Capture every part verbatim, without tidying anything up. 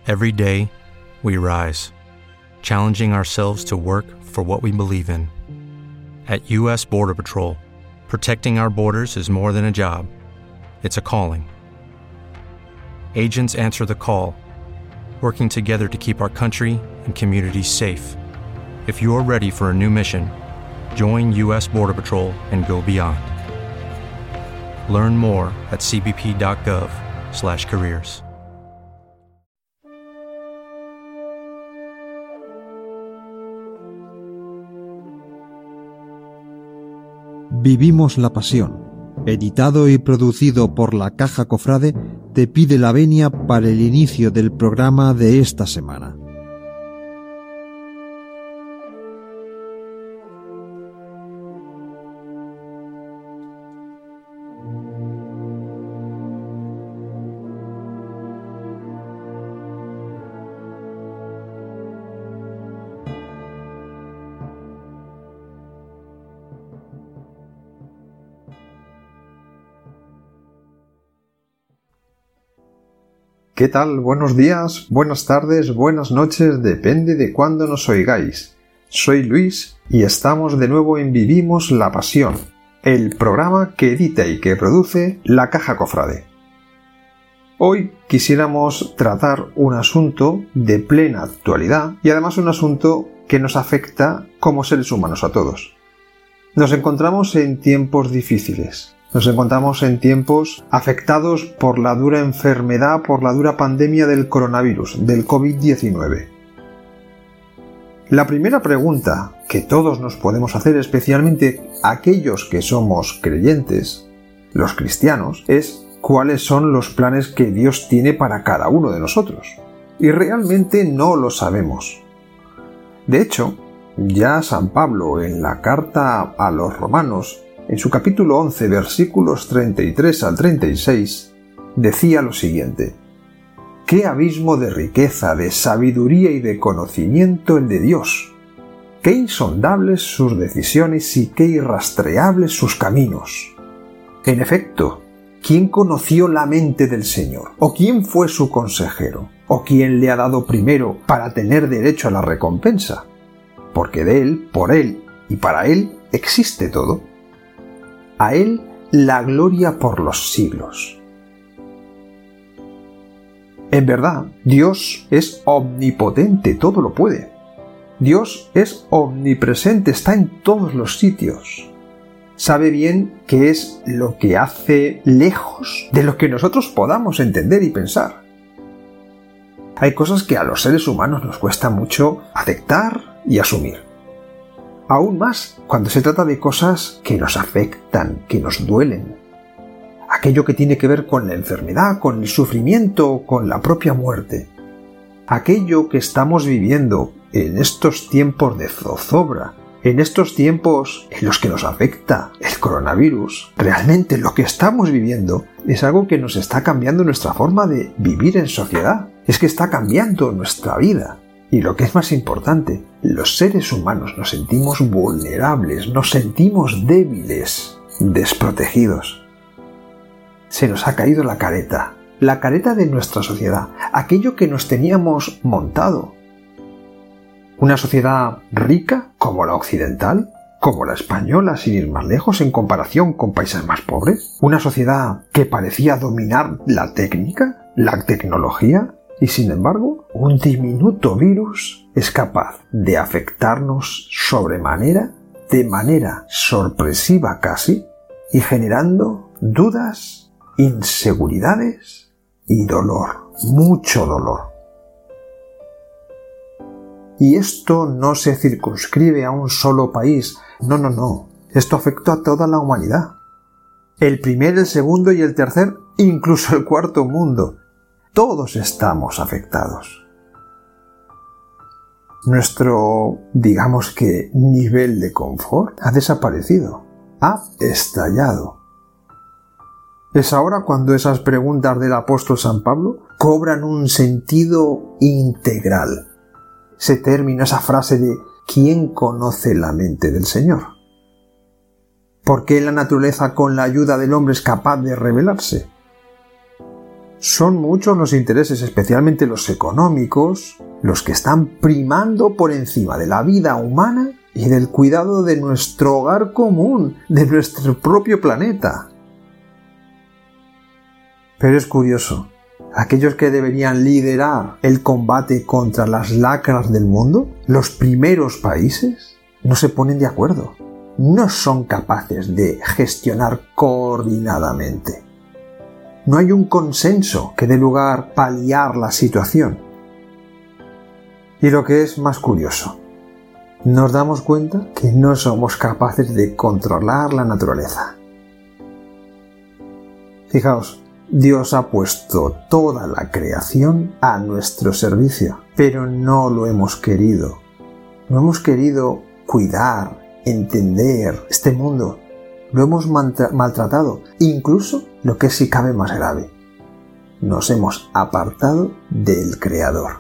Every day, we rise, challenging ourselves to work for what we believe in. At U S Border Patrol, protecting our borders is more than a job. It's a calling. Agents answer the call, working together to keep our country and communities safe. If you're ready for a new mission, join U S Border Patrol and go beyond. Learn more at c b p dot gov slash careers. Vivimos la Pasión, editado y producido por La Caja Cofrade, te pide la venia para el inicio del programa de esta semana. ¿Qué tal? Buenos días, buenas tardes, buenas noches, depende de cuándo nos oigáis. Soy Luis y estamos de nuevo en Vivimos la Pasión, el programa que edita y que produce La Caja Cofrade. Hoy quisiéramos tratar un asunto de plena actualidad y además un asunto que nos afecta como seres humanos a todos. Nos encontramos en tiempos difíciles. Nos encontramos en tiempos afectados por la dura enfermedad, por la dura pandemia del coronavirus, del covid diecinueve. La primera pregunta que todos nos podemos hacer, especialmente aquellos que somos creyentes, los cristianos, es cuáles son los planes que Dios tiene para cada uno de nosotros. Y realmente no lo sabemos. De hecho, ya San Pablo en la carta a los romanos, en su capítulo once, versículos treinta y tres al treinta y seis, decía lo siguiente: «¡Qué abismo de riqueza, de sabiduría y de conocimiento el de Dios! ¡Qué insondables sus decisiones y qué irrastreables sus caminos! En efecto, ¿quién conoció la mente del Señor? ¿O quién fue su consejero? ¿O quién le ha dado primero para tener derecho a la recompensa? Porque de Él, por Él y para Él existe todo. A Él la gloria por los siglos». En verdad, Dios es omnipotente, todo lo puede. Dios es omnipresente, está en todos los sitios. Sabe bien qué es lo que hace lejos de lo que nosotros podamos entender y pensar. Hay cosas que a los seres humanos nos cuesta mucho aceptar y asumir. Aún más cuando se trata de cosas que nos afectan, que nos duelen. Aquello que tiene que ver con la enfermedad, con el sufrimiento, con la propia muerte. Aquello que estamos viviendo en estos tiempos de zozobra, en estos tiempos en los que nos afecta el coronavirus. Realmente lo que estamos viviendo es algo que nos está cambiando nuestra forma de vivir en sociedad. Es que está cambiando nuestra vida. Y lo que es más importante, los seres humanos nos sentimos vulnerables, nos sentimos débiles, desprotegidos. Se nos ha caído la careta, la careta de nuestra sociedad, aquello que nos teníamos montado. Una sociedad rica, como la occidental, como la española, sin ir más lejos en comparación con países más pobres. Una sociedad que parecía dominar la técnica, la tecnología. Y sin embargo, un diminuto virus es capaz de afectarnos sobremanera, de manera sorpresiva casi, y generando dudas, inseguridades y dolor, mucho dolor. Y esto no se circunscribe a un solo país, no, no, no, esto afecta a toda la humanidad. El primer, el segundo y el tercer, incluso el cuarto mundo. Todos estamos afectados. Nuestro, digamos que, nivel de confort ha desaparecido, ha estallado. Es ahora cuando esas preguntas del apóstol San Pablo cobran un sentido integral. Se termina esa frase de ¿quién conoce la mente del Señor? ¿Por qué la naturaleza con la ayuda del hombre es capaz de revelarse? Son muchos los intereses, especialmente los económicos, los que están primando por encima de la vida humana y del cuidado de nuestro hogar común, de nuestro propio planeta. Pero es curioso, aquellos que deberían liderar el combate contra las lacras del mundo, los primeros países, no se ponen de acuerdo, no son capaces de gestionar coordinadamente. No hay un consenso que dé lugar a paliar la situación. Y lo que es más curioso, nos damos cuenta que no somos capaces de controlar la naturaleza. Fijaos, Dios ha puesto toda la creación a nuestro servicio, pero no lo hemos querido. No hemos querido cuidar, entender este mundo. Lo hemos maltratado, incluso lo que es si cabe más grave. Nos hemos apartado del Creador.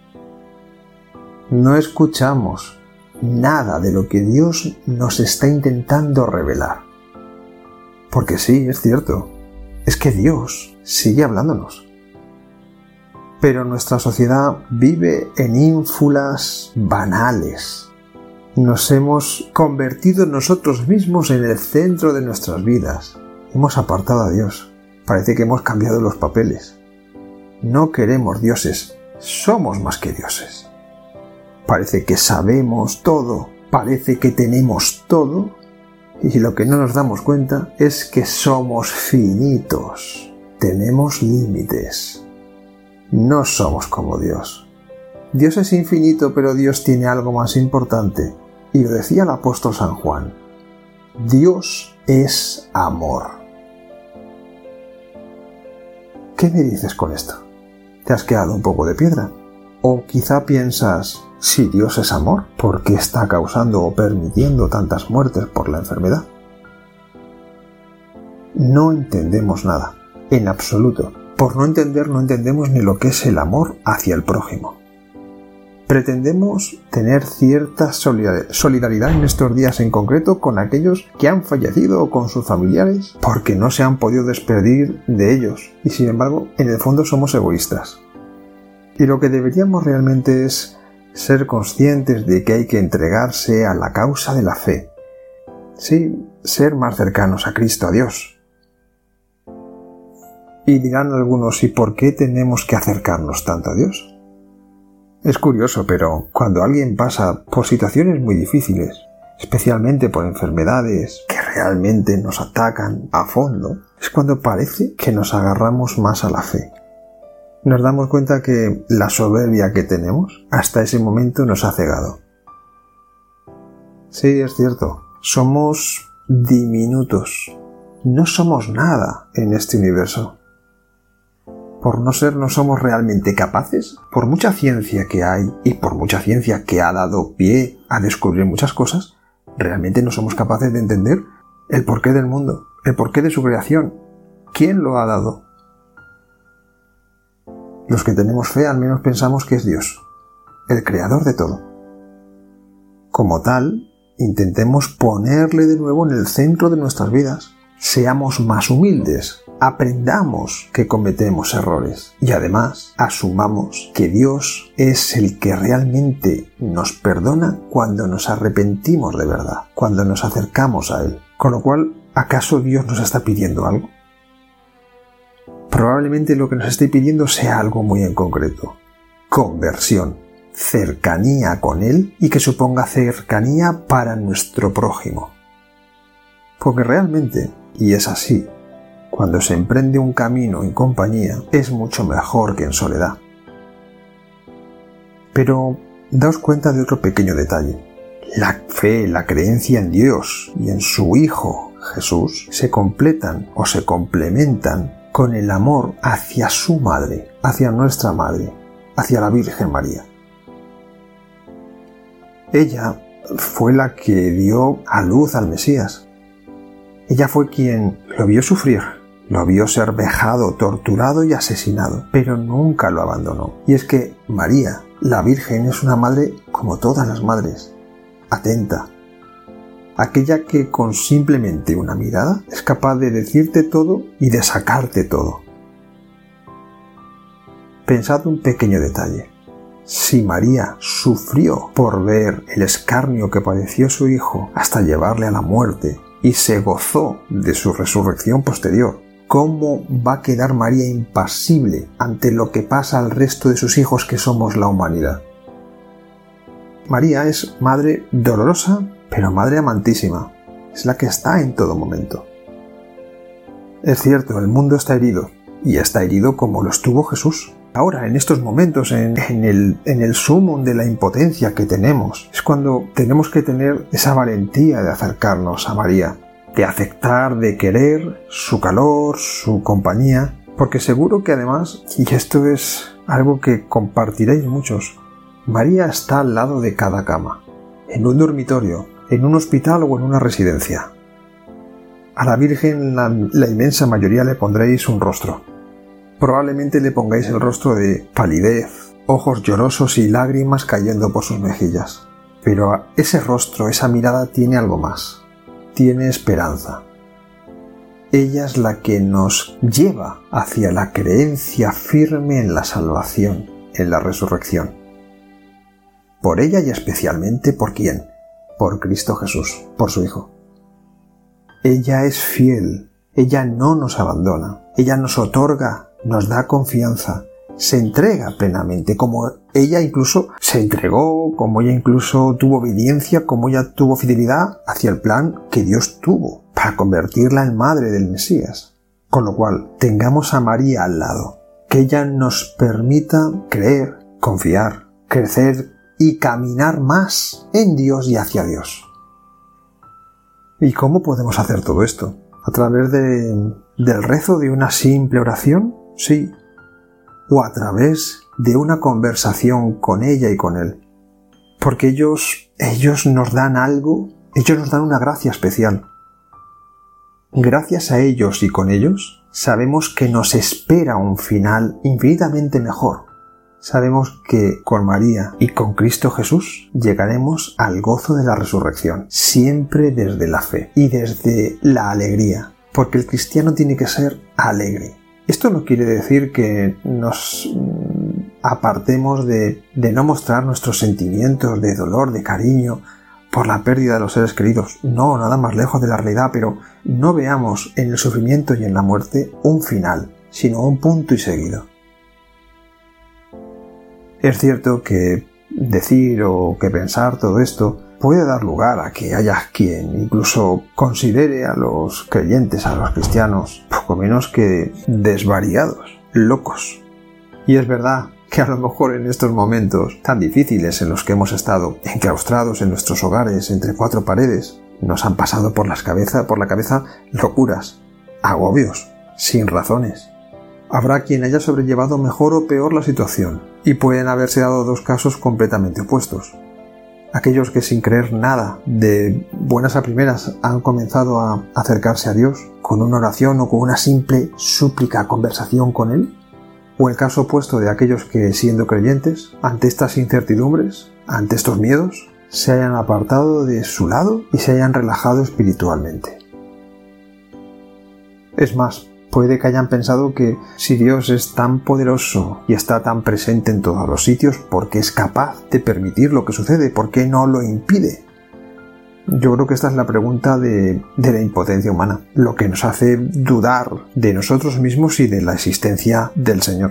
No escuchamos nada de lo que Dios nos está intentando revelar. Porque sí, es cierto, es que Dios sigue hablándonos. Pero nuestra sociedad vive en ínfulas banales. Nos hemos convertido nosotros mismos en el centro de nuestras vidas. Hemos apartado a Dios. Parece que hemos cambiado los papeles. No queremos dioses, somos más que dioses. Parece que sabemos todo, parece que tenemos todo, y lo que no nos damos cuenta es que somos finitos, tenemos límites. No somos como Dios. Dios es infinito, pero Dios tiene algo más importante. Y lo decía el apóstol San Juan, Dios es amor. ¿Qué me dices con esto? ¿Te has quedado un poco de piedra? O quizá piensas, si Dios es amor, ¿por qué está causando o permitiendo tantas muertes por la enfermedad? No entendemos nada, en absoluto. Por no entender, no entendemos ni lo que es el amor hacia el prójimo. Pretendemos tener cierta solidaridad en estos días en concreto con aquellos que han fallecido o con sus familiares porque no se han podido despedir de ellos y sin embargo en el fondo somos egoístas. Y lo que deberíamos realmente es ser conscientes de que hay que entregarse a la causa de la fe. Sí, ser más cercanos a Cristo, a Dios. Y dirán algunos, ¿y por qué tenemos que acercarnos tanto a Dios? Es curioso, pero cuando alguien pasa por situaciones muy difíciles, especialmente por enfermedades que realmente nos atacan a fondo, es cuando parece que nos agarramos más a la fe. Nos damos cuenta que la soberbia que tenemos hasta ese momento nos ha cegado. Sí, es cierto, somos diminutos, no somos nada en este universo. Por no ser, no somos realmente capaces, por mucha ciencia que hay y por mucha ciencia que ha dado pie a descubrir muchas cosas, realmente no somos capaces de entender el porqué del mundo, el porqué de su creación. ¿Quién lo ha dado? Los que tenemos fe al menos pensamos que es Dios, el creador de todo. Como tal, intentemos ponerle de nuevo en el centro de nuestras vidas. Seamos más humildes, aprendamos que cometemos errores y además asumamos que Dios es el que realmente nos perdona cuando nos arrepentimos de verdad, cuando nos acercamos a Él. Con lo cual, ¿acaso Dios nos está pidiendo algo? Probablemente lo que nos esté pidiendo sea algo muy en concreto. Conversión, cercanía con Él y que suponga cercanía para nuestro prójimo. Porque realmente, y es así, cuando se emprende un camino en compañía, es mucho mejor que en soledad. Pero daos cuenta de otro pequeño detalle. La fe, la creencia en Dios y en su Hijo, Jesús, se completan o se complementan con el amor hacia su Madre, hacia nuestra Madre, hacia la Virgen María. Ella fue la que dio a luz al Mesías. Ella fue quien lo vio sufrir, lo vio ser vejado, torturado y asesinado, pero nunca lo abandonó. Y es que María, la Virgen, es una madre como todas las madres, atenta, aquella que con simplemente una mirada es capaz de decirte todo y de sacarte todo. Pensad un pequeño detalle. Si María sufrió por ver el escarnio que padeció su hijo hasta llevarle a la muerte y se gozó de su resurrección posterior, ¿cómo va a quedar María impasible ante lo que pasa al resto de sus hijos que somos la humanidad? María es madre dolorosa, pero madre amantísima. Es la que está en todo momento. Es cierto, el mundo está herido, y está herido como lo estuvo Jesús. Ahora, en estos momentos, en, en el, en el sumum de la impotencia que tenemos, es cuando tenemos que tener esa valentía de acercarnos a María, de aceptar, de querer su calor, su compañía, porque seguro que además, y esto es algo que compartiréis muchos, María está al lado de cada cama, en un dormitorio, en un hospital o en una residencia. A la Virgen la, la inmensa mayoría le pondréis un rostro. Probablemente le pongáis el rostro de palidez, ojos llorosos y lágrimas cayendo por sus mejillas. Pero ese rostro, esa mirada tiene algo más. Tiene esperanza. Ella es la que nos lleva hacia la creencia firme en la salvación, en la resurrección. Por ella y especialmente por quién, por Cristo Jesús, por su Hijo. Ella es fiel, ella no nos abandona, ella nos otorga, nos da confianza, se entrega plenamente, como ella incluso se entregó, como ella incluso tuvo obediencia, como ella tuvo fidelidad hacia el plan que Dios tuvo para convertirla en madre del Mesías. Con lo cual, tengamos a María al lado, que ella nos permita creer, confiar, crecer y caminar más en Dios y hacia Dios. ¿Y cómo podemos hacer todo esto? ¿A través de, del rezo de una simple oración? Sí. ¿O a través de una conversación con ella y con él? Porque ellos, ellos nos dan algo, ellos nos dan una gracia especial. Gracias a ellos y con ellos, sabemos que nos espera un final infinitamente mejor. Sabemos que con María y con Cristo Jesús llegaremos al gozo de la resurrección, siempre desde la fe y desde la alegría, porque el cristiano tiene que ser alegre. Esto no quiere decir que nos apartemos de, de no mostrar nuestros sentimientos de dolor, de cariño por la pérdida de los seres queridos. No, nada más lejos de la realidad, pero no veamos en el sufrimiento y en la muerte un final, sino un punto y seguido. Es cierto que decir o que pensar todo esto puede dar lugar a que haya quien incluso considere a los creyentes, a los cristianos, poco menos que desvariados, locos. Y es verdad que a lo mejor en estos momentos tan difíciles en los que hemos estado enclaustrados en nuestros hogares entre cuatro paredes, nos han pasado por las cabeza, por la cabeza locuras, agobios, sin razones. Habrá quien haya sobrellevado mejor o peor la situación, y pueden haberse dado dos casos completamente opuestos. Aquellos que sin creer nada, de buenas a primeras, han comenzado a acercarse a Dios con una oración o con una simple súplica, conversación con Él. O el caso opuesto de aquellos que, siendo creyentes, ante estas incertidumbres, ante estos miedos, se hayan apartado de su lado y se hayan relajado espiritualmente. Es más, puede que hayan pensado que si Dios es tan poderoso y está tan presente en todos los sitios, ¿por qué es capaz de permitir lo que sucede? ¿Por qué no lo impide? Yo creo que esta es la pregunta de, de la impotencia humana, lo que nos hace dudar de nosotros mismos y de la existencia del Señor.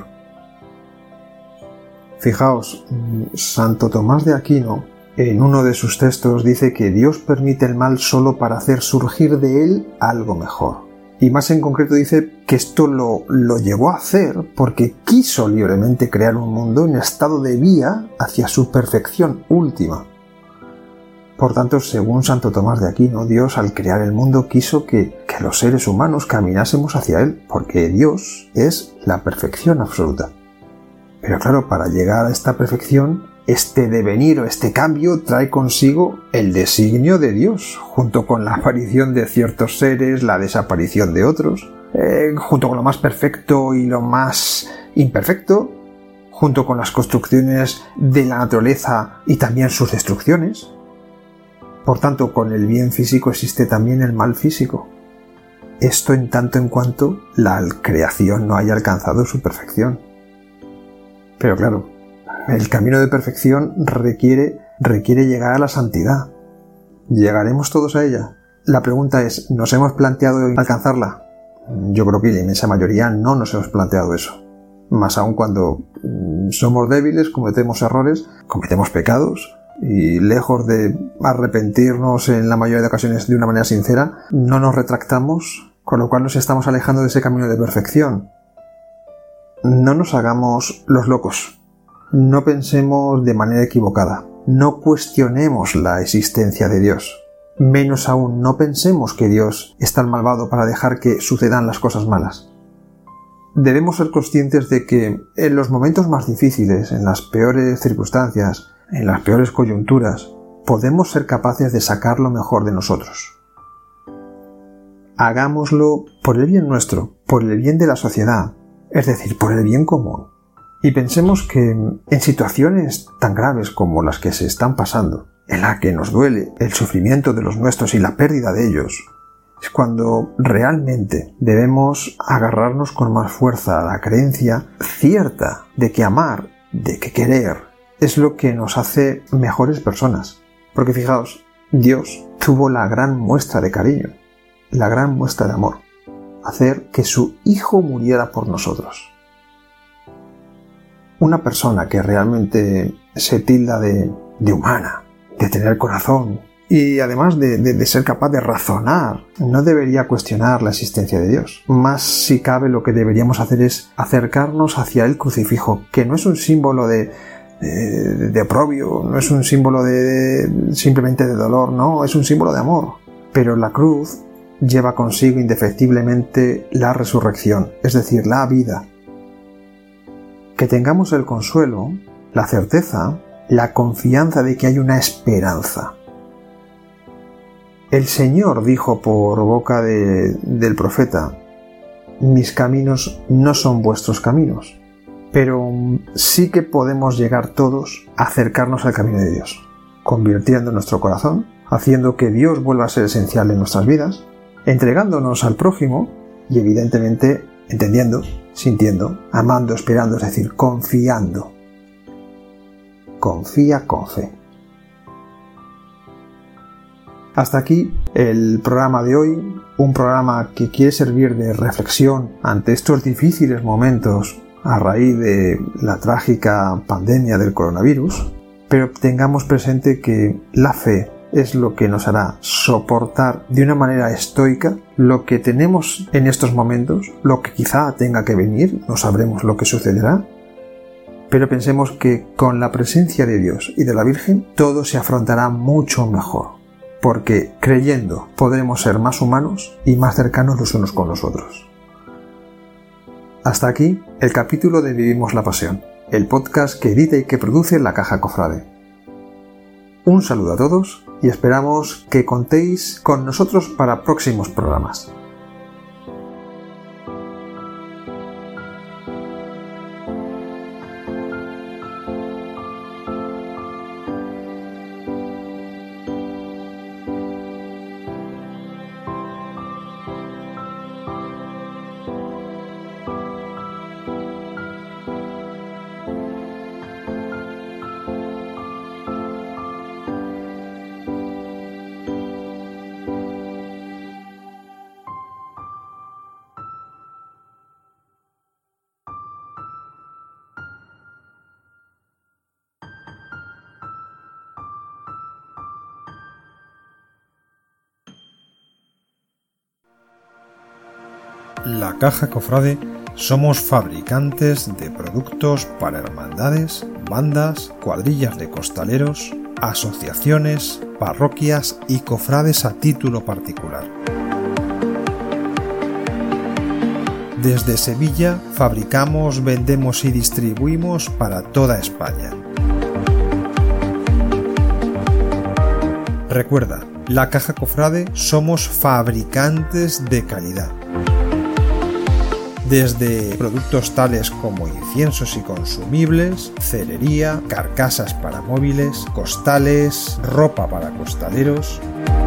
Fijaos, Santo Tomás de Aquino, en uno de sus textos, dice que Dios permite el mal solo para hacer surgir de él algo mejor. Y más en concreto dice que esto lo, lo llevó a hacer porque quiso libremente crear un mundo en estado de vía hacia su perfección última. Por tanto, según Santo Tomás de Aquino, Dios al crear el mundo quiso que, que los seres humanos caminásemos hacia él, porque Dios es la perfección absoluta. Pero claro, para llegar a esta perfección, este devenir o este cambio trae consigo el designio de Dios, junto con la aparición de ciertos seres, la desaparición de otros, eh, junto con lo más perfecto y lo más imperfecto, junto con las construcciones de la naturaleza y también sus destrucciones. Por tanto, con el bien físico existe también el mal físico. Esto en tanto en cuanto la creación no haya alcanzado su perfección. Pero claro, el camino de perfección requiere, requiere llegar a la santidad. ¿Llegaremos todos a ella? La pregunta es, ¿nos hemos planteado alcanzarla? Yo creo que la inmensa mayoría no nos hemos planteado eso. Más aún cuando somos débiles, cometemos errores, cometemos pecados, y lejos de arrepentirnos en la mayoría de ocasiones de una manera sincera, no nos retractamos, con lo cual nos estamos alejando de ese camino de perfección. No nos hagamos los locos, no pensemos de manera equivocada, no cuestionemos la existencia de Dios, menos aún no pensemos que Dios es tan malvado para dejar que sucedan las cosas malas. Debemos ser conscientes de que en los momentos más difíciles, en las peores circunstancias, en las peores coyunturas, podemos ser capaces de sacar lo mejor de nosotros. Hagámoslo por el bien nuestro, por el bien de la sociedad, es decir, por el bien común. Y pensemos que en situaciones tan graves como las que se están pasando, en la que nos duele el sufrimiento de los nuestros y la pérdida de ellos, es cuando realmente debemos agarrarnos con más fuerza a la creencia cierta de que amar, de que querer, es lo que nos hace mejores personas. Porque fijaos, Dios tuvo la gran muestra de cariño, la gran muestra de amor, hacer que su Hijo muriera por nosotros. Una persona que realmente se tilda de, de humana, de tener corazón, y además de, de, de ser capaz de razonar, no debería cuestionar la existencia de Dios. Más si cabe, lo que deberíamos hacer es acercarnos hacia el crucifijo, que no es un símbolo de, de, de oprobio, no es un símbolo de, de simplemente de dolor, no, es un símbolo de amor. Pero la cruz lleva consigo indefectiblemente la resurrección, es decir, la vida. Que tengamos el consuelo, la certeza, la confianza de que hay una esperanza. El Señor dijo por boca de, del profeta: mis caminos no son vuestros caminos, pero sí que podemos llegar todos a acercarnos al camino de Dios, convirtiendo nuestro corazón, haciendo que Dios vuelva a ser esencial en nuestras vidas, entregándonos al prójimo y evidentemente entendiendo, sintiendo, amando, esperando, es decir, confiando. Confía con fe. Hasta aquí el programa de hoy, un programa que quiere servir de reflexión ante estos difíciles momentos a raíz de la trágica pandemia del coronavirus, pero tengamos presente que la fe es lo que nos hará soportar de una manera estoica lo que tenemos en estos momentos, lo que quizá tenga que venir, no sabremos lo que sucederá, pero pensemos que con la presencia de Dios y de la Virgen todo se afrontará mucho mejor. Porque creyendo podremos ser más humanos y más cercanos los unos con los otros. Hasta aquí el capítulo de Vivimos la Pasión, el podcast que edita y que produce La Caja Cofrade. Un saludo a todos y esperamos que contéis con nosotros para próximos programas. La Caja Cofrade somos fabricantes de productos para hermandades, bandas, cuadrillas de costaleros, asociaciones, parroquias y cofrades a título particular. Desde Sevilla fabricamos, vendemos y distribuimos para toda España. Recuerda, La Caja Cofrade somos fabricantes de calidad. Desde productos tales como inciensos y consumibles, cerería, carcasas para móviles, costales, ropa para costaleros.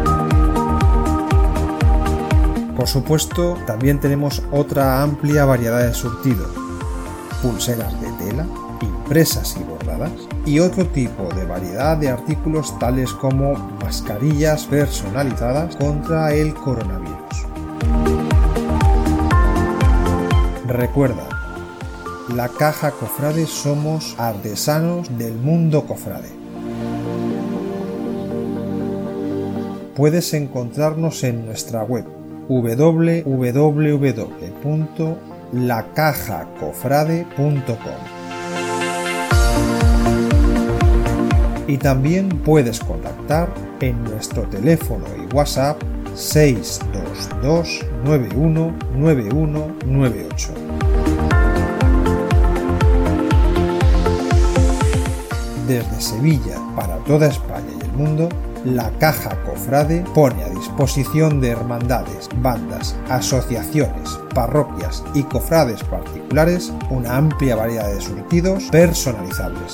Por supuesto, también tenemos otra amplia variedad de surtido: pulseras de tela, impresas y bordadas, y otro tipo de variedad de artículos tales como mascarillas personalizadas contra el coronavirus. Recuerda, La Caja Cofrade somos artesanos del mundo cofrade. Puedes encontrarnos en nuestra web doble u doble u doble u punto la caja cofrade punto com y también puedes contactar en nuestro teléfono y WhatsApp seis dos dos nueve uno nueve uno nueve ocho. Desde Sevilla para toda España y el mundo, La Caja Cofrade pone a disposición de hermandades, bandas, asociaciones, parroquias y cofrades particulares una amplia variedad de surtidos personalizables.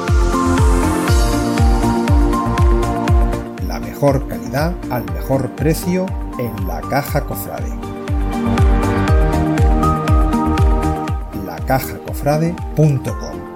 La mejor calidad al mejor precio en La Caja Cofrade. la caja cofrade punto com